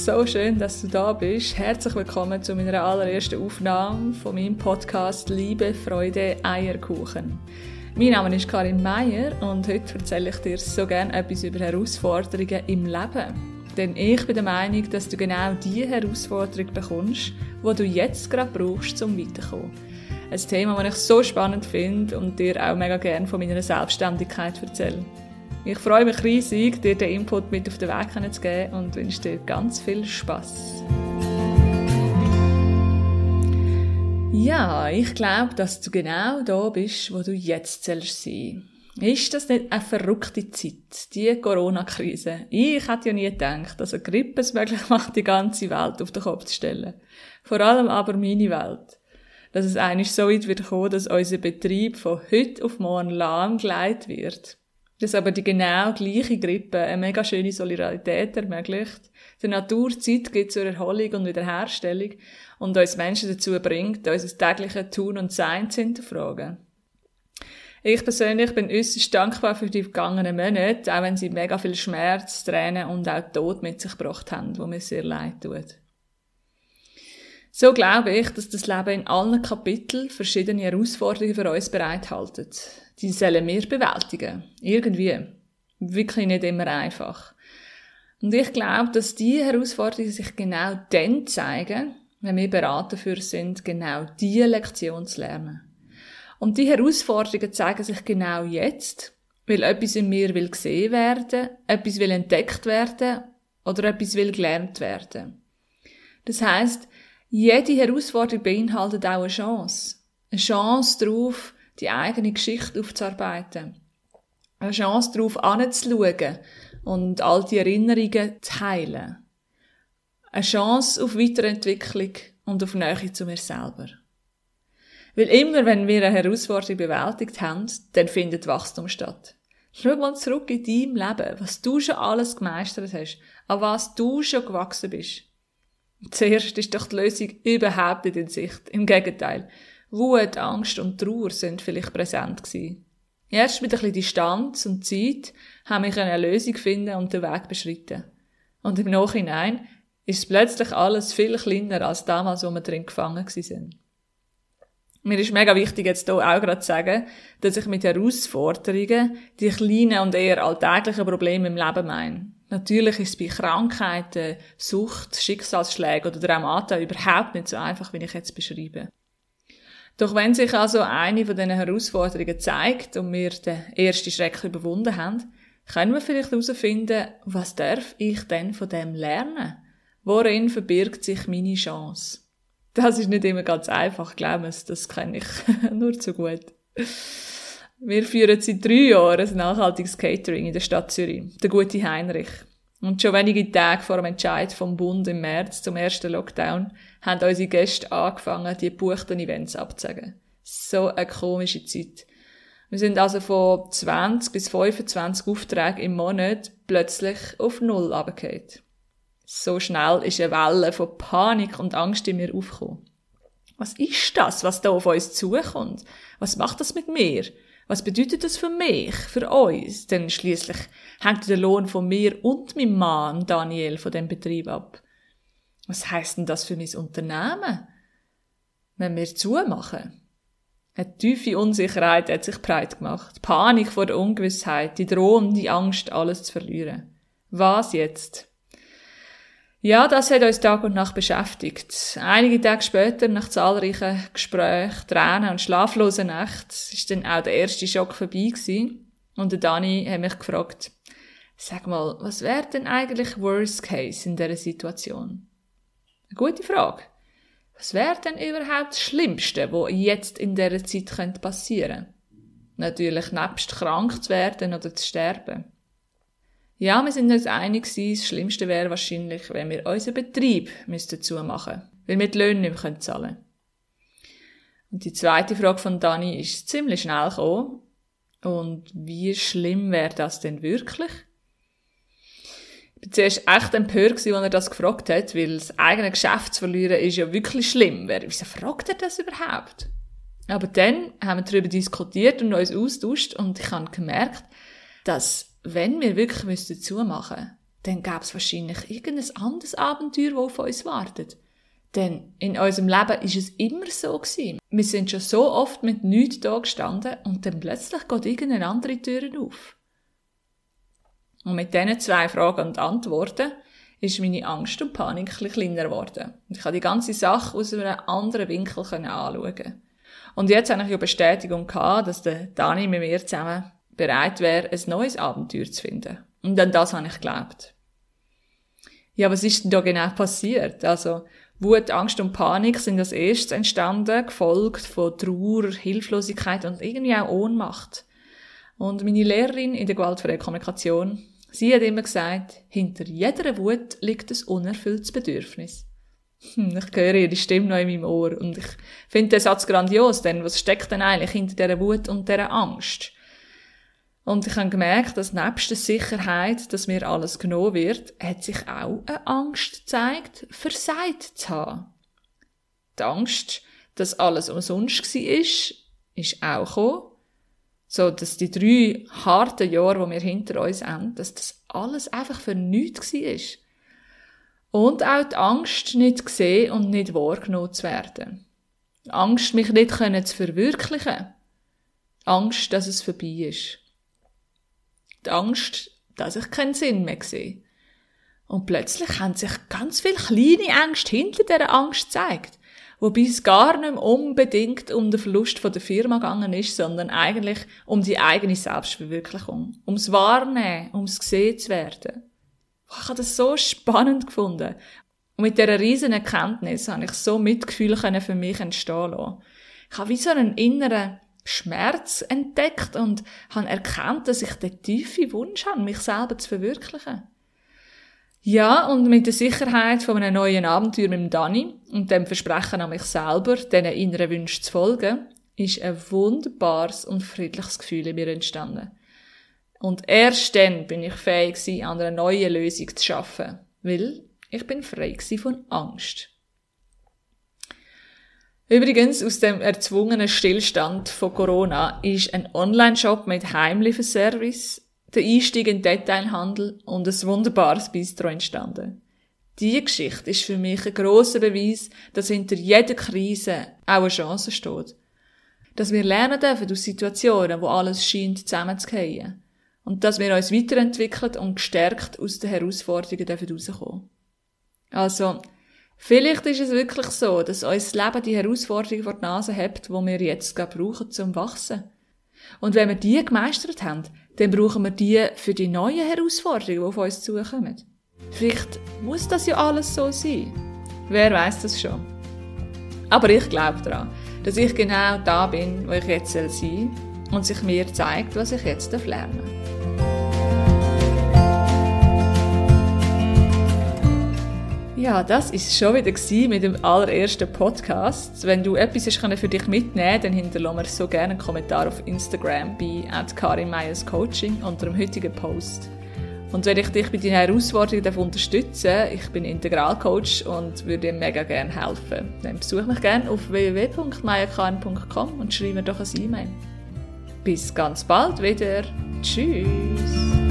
so schön, dass du da bist. Herzlich willkommen zu meiner allerersten Aufnahme von meinem Podcast Liebe, Freude, Eierkuchen. Mein Name ist Karin Meier und heute erzähle ich dir so gerne etwas über Herausforderungen im Leben. Denn ich bin der Meinung, dass du genau die Herausforderung bekommst, die du jetzt gerade brauchst, um weiterzukommen. Ein Thema, das ich so spannend finde und dir auch mega gerne von meiner Selbstständigkeit erzähle. Ich freue mich riesig, dir den Input mit auf den Weg zu geben und wünsche dir ganz viel Spass. Ja, ich glaube, dass du genau da bist, wo du jetzt sein sollst. Ist das nicht eine verrückte Zeit, die Corona-Krise? Ich hätte ja nie gedacht, dass eine Grippe es möglich macht, die ganze Welt auf den Kopf zu stellen. Vor allem aber meine Welt. Dass es eigentlich so weit wird kommen, dass unser Betrieb von heute auf morgen lahmgelegt wird. Dass aber die genau gleiche Grippe eine mega schöne Solidarität ermöglicht, der Natur Zeit gibt zur Erholung und Wiederherstellung und uns Menschen dazu bringt, unser tägliches Tun und Sein zu hinterfragen. Ich persönlich bin äußerst dankbar für die vergangenen Monate, auch wenn sie mega viel Schmerz, Tränen und auch Tod mit sich gebracht haben, wo mir sehr leid tut. So glaube ich, dass das Leben in allen Kapiteln verschiedene Herausforderungen für uns bereithält. Die sollen wir bewältigen. Irgendwie. Wirklich nicht immer einfach. Und ich glaube, dass diese Herausforderungen sich genau dann zeigen, wenn wir bereit dafür sind, genau diese Lektion zu lernen. Und die Herausforderungen zeigen sich genau jetzt, weil etwas in mir will gesehen werden, etwas will entdeckt werden oder etwas will gelernt werden. Das heisst, jede Herausforderung beinhaltet auch eine Chance. Eine Chance darauf, die eigene Geschichte aufzuarbeiten. Eine Chance darauf anzuschauen und alte Erinnerungen zu heilen. Eine Chance auf Weiterentwicklung und auf Nähe zu mir selber. Weil immer, wenn wir eine Herausforderung bewältigt haben, dann findet Wachstum statt. Schau mal zurück in deinem Leben, was du schon alles gemeistert hast, an was du schon gewachsen bist. Zuerst ist doch die Lösung überhaupt nicht in Sicht. Im Gegenteil. Wut, Angst und Trauer sind vielleicht präsent gewesen. Erst mit ein bisschen Distanz und Zeit haben wir eine Lösung finden und den Weg beschritten. Und im Nachhinein ist plötzlich alles viel kleiner als damals, wo wir drin gefangen waren. Mir ist mega wichtig, jetzt hier auch gerade zu sagen, dass ich mit Herausforderungen die kleinen und eher alltäglichen Probleme im Leben meine. Natürlich ist es bei Krankheiten, Sucht, Schicksalsschlägen oder Traumata überhaupt nicht so einfach, wie ich jetzt beschreibe. Doch wenn sich also eine von diesen Herausforderungen zeigt und wir den ersten Schreck überwunden haben, können wir vielleicht herausfinden, was darf ich denn von dem lernen? Worin verbirgt sich meine Chance? Das ist nicht immer ganz einfach, glaub mir's, das kenne ich nur zu gut. Wir führen seit 3 Jahren ein nachhaltiges Catering in der Stadt Zürich, der gute Heinrich. Und schon wenige Tage vor dem Entscheid vom Bund im März zum ersten Lockdown haben unsere Gäste angefangen, die gebuchten Events abzusagen. So eine komische Zeit. Wir sind also von 20 bis 25 Aufträgen im Monat plötzlich auf 0 runtergefallen. So schnell ist eine Welle von Panik und Angst in mir aufgekommen. Was ist das, was da auf uns zukommt? Was macht das mit mir? Was bedeutet das für mich, für uns? Denn schliesslich hängt der Lohn von mir und meinem Mann, Daniel, von dem Betrieb ab. Was heisst denn das für mein Unternehmen, wenn wir zumachen? Eine tiefe Unsicherheit hat sich breit gemacht. Panik vor der Ungewissheit, die drohende Angst, alles zu verlieren. Was jetzt? Ja, das hat uns Tag und Nacht beschäftigt. Einige Tage später, nach zahlreichen Gesprächen, Tränen und schlaflosen Nächten, ist dann auch der erste Schock vorbei gewesen. Und der Dani hat mich gefragt, sag mal, was wäre denn eigentlich Worst Case in dieser Situation? Eine gute Frage. Was wäre denn überhaupt das Schlimmste, was jetzt in dieser Zeit passieren könnte? Natürlich nebst krank zu werden oder zu sterben. Ja, wir sind uns einig gewesen, das Schlimmste wäre wahrscheinlich, wenn wir unseren Betrieb zumachen müssten, weil wir die Löhne nicht mehr zahlen können. Und die zweite Frage von Dani ist ziemlich schnell gekommen. Und wie schlimm wäre das denn wirklich? Ich war zuerst echt empört, als er das gefragt hat, weil das eigene Geschäft zu verlieren ist ja wirklich schlimm. Wieso fragt er das überhaupt? Aber dann haben wir darüber diskutiert und uns austauscht und ich habe gemerkt, dass wenn wir wirklich zumachen müssten, dann gäbe es wahrscheinlich irgendein anderes Abenteuer, das auf uns wartet. Denn in unserem Leben ist es immer so gewesen. Wir sind schon so oft mit nichts da gestanden und dann plötzlich geht irgendeine andere Tür auf. Und mit diesen 2 Fragen und Antworten ist meine Angst und Panik ein bisschen kleiner geworden. Und ich konnte die ganze Sache aus einem anderen Winkel anschauen. Und jetzt habe ich ja Bestätigung gehabt, dass der Dani mit mir zusammen bereit wäre, ein neues Abenteuer zu finden. Und an das habe ich geglaubt. Ja, was ist denn da genau passiert? Also, Wut, Angst und Panik sind als erstes entstanden, gefolgt von Trauer, Hilflosigkeit und irgendwie auch Ohnmacht. Und meine Lehrerin in der gewaltfreien Kommunikation, sie hat immer gesagt, hinter jeder Wut liegt ein unerfülltes Bedürfnis. Ich höre ihre Stimme noch in meinem Ohr und ich finde den Satz grandios, denn was steckt denn eigentlich hinter dieser Wut und dieser Angst? Und ich habe gemerkt, dass nebst der Sicherheit, dass mir alles genommen wird, hat sich auch eine Angst gezeigt, versagt zu haben. Die Angst, dass alles umsonst war, ist auch gekommen. So, dass die 3 harten Jahre, die wir hinter uns haben, dass das alles einfach für nichts war. Und auch die Angst, nicht gesehen und nicht wahrgenommen zu werden. Die Angst, mich nicht zu verwirklichen. Die Angst, dass es vorbei ist. Die Angst, dass ich keinen Sinn mehr sehe. Und plötzlich haben sich ganz viele kleine Ängste hinter dieser Angst gezeigt. Wobei es gar nicht mehr unbedingt um den Verlust von der Firma gegangen ist, sondern eigentlich um die eigene Selbstverwirklichung. Ums Wahrnehmen, ums gesehen zu werden. Ich habe das so spannend gefunden. Und mit dieser riesen Erkenntnis habe ich so Mitgefühl für mich entstehen lassen. Ich habe wie so einen inneren Schmerz entdeckt und habe erkannt, dass ich den tiefen Wunsch habe, mich selber zu verwirklichen. Ja, und mit der Sicherheit von einem neuen Abenteuer mit dem Dani und dem Versprechen an mich selber, diesen inneren Wünschen zu folgen, ist ein wunderbares und friedliches Gefühl in mir entstanden. Und erst dann bin ich fähig gewesen, an einer neuen Lösung zu arbeiten, weil ich bin frei gewesen von Angst. Übrigens, aus dem erzwungenen Stillstand von Corona ist ein Online-Shop mit Heimlieferservice, der Einstieg in den Detailhandel und ein wunderbares Bistro entstanden. Diese Geschichte ist für mich ein grosser Beweis, dass hinter jeder Krise auch eine Chance steht. Dass wir lernen dürfen aus Situationen, wo alles scheint zusammenzufallen. Und dass wir uns weiterentwickeln und gestärkt aus den Herausforderungen rauskommen. Also, vielleicht ist es wirklich so, dass uns das Leben die Herausforderungen vor die Nase hat, die wir jetzt brauchen, zum Wachsen. Und wenn wir die gemeistert haben, dann brauchen wir die für die neuen Herausforderungen, die auf uns zukommen. Vielleicht muss das ja alles so sein. Wer weiß das schon? Aber ich glaube daran, dass ich genau da bin, wo ich jetzt sein soll und sich mir zeigt, was ich jetzt lernen darf. Ja, das ist schon wieder mit dem allerersten Podcast. Wenn du etwas für dich mitnehmen kannst, dann hinterlasse mir so gerne einen Kommentar auf Instagram bei @karinmeyers-coaching unter dem heutigen Post. Und wenn ich dich bei deinen Herausforderungen unterstützen darf, ich bin Integralcoach und würde dir mega gerne helfen. Dann besuche mich gerne auf www.meyerkarin.com und schreibe mir doch ein E-Mail. Bis ganz bald wieder. Tschüss.